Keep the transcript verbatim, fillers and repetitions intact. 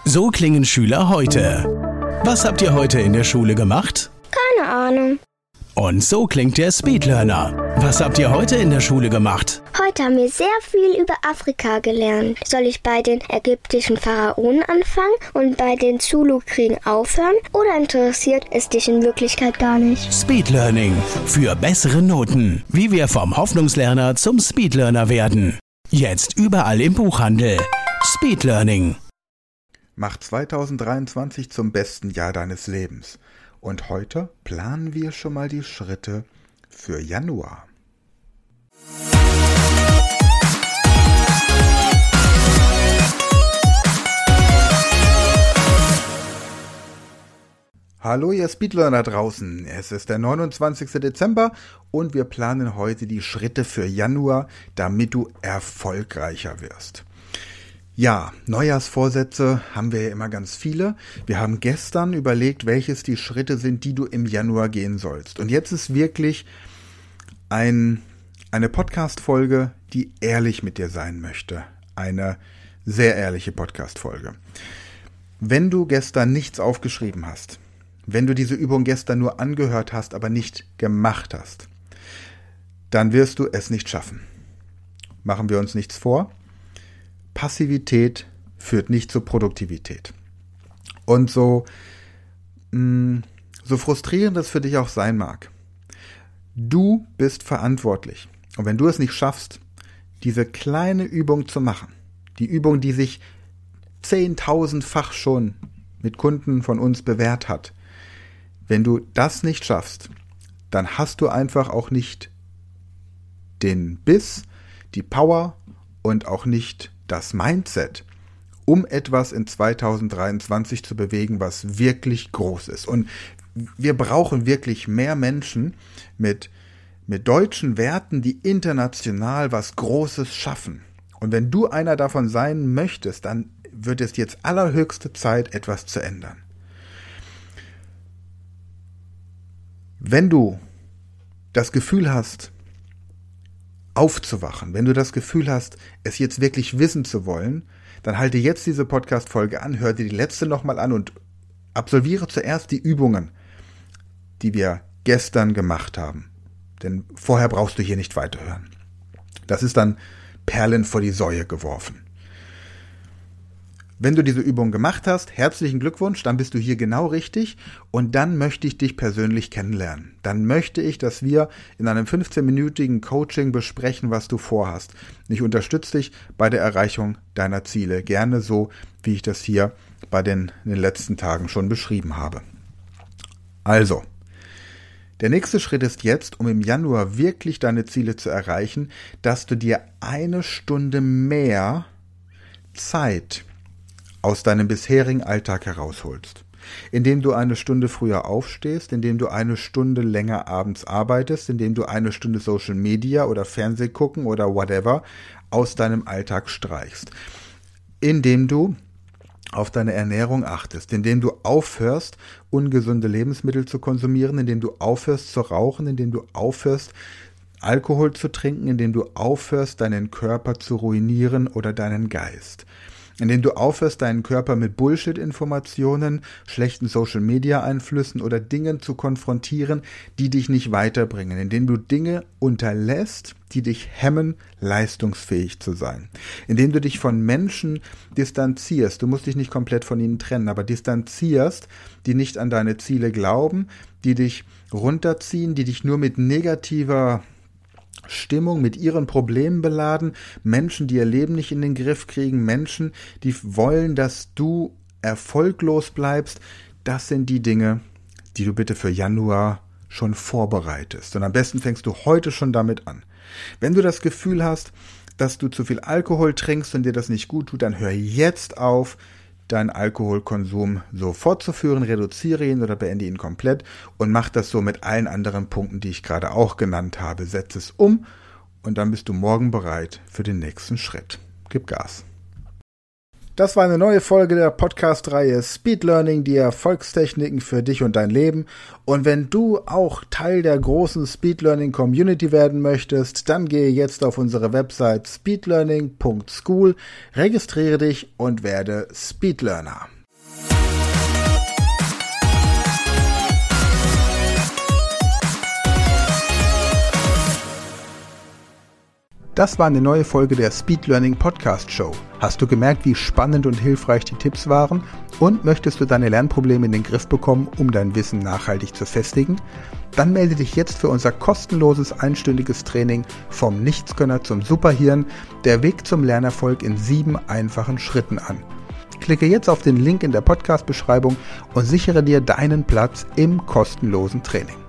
So klingen Schüler heute. Was habt ihr heute in der Schule gemacht? Keine Ahnung. Und so klingt der Speedlearner. Was habt ihr heute in der Schule gemacht? Heute haben wir sehr viel über Afrika gelernt. Soll ich bei den ägyptischen Pharaonen anfangen und bei den Zulu-Kriegen aufhören? Oder interessiert es dich in Wirklichkeit gar nicht? Speedlearning. Für bessere Noten. Wie wir vom Hoffnungslerner zum Speedlearner werden. Jetzt überall im Buchhandel. Speedlearning. Mach zweitausenddreiundzwanzig zum besten Jahr deines Lebens. Und heute planen wir schon mal die Schritte für Januar. Hallo ihr Speedlearner draußen, es ist der neunundzwanzigster Dezember und wir planen heute die Schritte für Januar, damit du erfolgreicher wirst. Ja, Neujahrsvorsätze haben wir ja immer ganz viele. Wir haben gestern überlegt, welches die Schritte sind, die du im Januar gehen sollst. Und jetzt ist wirklich ein, eine Podcast-Folge, die ehrlich mit dir sein möchte. Eine sehr ehrliche Podcast-Folge. Wenn du gestern nichts aufgeschrieben hast, wenn du diese Übung gestern nur angehört hast, aber nicht gemacht hast, dann wirst du es nicht schaffen. Machen wir uns nichts vor. Passivität führt nicht zur Produktivität. Und so, mh, so frustrierend das für dich auch sein mag, du bist verantwortlich. Und wenn du es nicht schaffst, diese kleine Übung zu machen, die Übung, die sich zehntausendfach schon mit Kunden von uns bewährt hat, wenn du das nicht schaffst, dann hast du einfach auch nicht den Biss, die Power und auch nicht das Mindset, um etwas in zweitausenddreiundzwanzig zu bewegen, was wirklich groß ist. Und wir brauchen wirklich mehr Menschen mit, mit deutschen Werten, die international was Großes schaffen. Und wenn du einer davon sein möchtest, dann wird es jetzt allerhöchste Zeit, etwas zu ändern. Wenn du das Gefühl hast, aufzuwachen, wenn du das Gefühl hast, es jetzt wirklich wissen zu wollen, dann halte jetzt diese Podcast-Folge an, hör dir die letzte nochmal an und absolviere zuerst die Übungen, die wir gestern gemacht haben. Denn vorher brauchst du hier nicht weiterhören. Das ist dann Perlen vor die Säue geworfen. Wenn du diese Übung gemacht hast, herzlichen Glückwunsch, dann bist du hier genau richtig und dann möchte ich dich persönlich kennenlernen. Dann möchte ich, dass wir in einem fünfzehnminütigen Coaching besprechen, was du vorhast. Ich unterstütze dich bei der Erreichung deiner Ziele, gerne so, wie ich das hier bei den, in den letzten Tagen schon beschrieben habe. Also, der nächste Schritt ist jetzt, um im Januar wirklich deine Ziele zu erreichen, dass du dir eine Stunde mehr Zeit aus deinem bisherigen Alltag herausholst. Indem du eine Stunde früher aufstehst, indem du eine Stunde länger abends arbeitest, indem du eine Stunde Social Media oder Fernseh gucken oder whatever aus deinem Alltag streichst. Indem du auf deine Ernährung achtest, indem du aufhörst, ungesunde Lebensmittel zu konsumieren, indem du aufhörst zu rauchen, indem du aufhörst, Alkohol zu trinken, indem du aufhörst, deinen Körper zu ruinieren oder deinen Geist. Indem du aufhörst, deinen Körper mit Bullshit-Informationen, schlechten Social-Media-Einflüssen oder Dingen zu konfrontieren, die dich nicht weiterbringen. Indem du Dinge unterlässt, die dich hemmen, leistungsfähig zu sein. Indem du dich von Menschen distanzierst. Du musst dich nicht komplett von ihnen trennen, aber distanzierst, die nicht an deine Ziele glauben, die dich runterziehen, die dich nur mit negativer Stimmung, mit ihren Problemen beladen, Menschen, die ihr Leben nicht in den Griff kriegen, Menschen, die wollen, dass du erfolglos bleibst. Das sind die Dinge, die du bitte für Januar schon vorbereitest. Und am besten fängst du heute schon damit an. Wenn du das Gefühl hast, dass du zu viel Alkohol trinkst und dir das nicht gut tut, dann hör jetzt auf, deinen Alkoholkonsum so fortzuführen, reduziere ihn oder beende ihn komplett und mach das so mit allen anderen Punkten, die ich gerade auch genannt habe. Setz es um und dann bist du morgen bereit für den nächsten Schritt. Gib Gas. Das war eine neue Folge der Podcast-Reihe Speed Learning, die Erfolgstechniken für dich und dein Leben. Und wenn du auch Teil der großen Speed Learning Community werden möchtest, dann gehe jetzt auf unsere Website speedlearning punkt school, registriere dich und werde Speed Learner. Das war eine neue Folge der Speed Learning Podcast Show. Hast du gemerkt, wie spannend und hilfreich die Tipps waren? Und möchtest du deine Lernprobleme in den Griff bekommen, um dein Wissen nachhaltig zu festigen? Dann melde dich jetzt für unser kostenloses einstündiges Training vom Nichtskönner zum Superhirn, der Weg zum Lernerfolg in sieben einfachen Schritten an. Klicke jetzt auf den Link in der Podcast-Beschreibung und sichere dir deinen Platz im kostenlosen Training.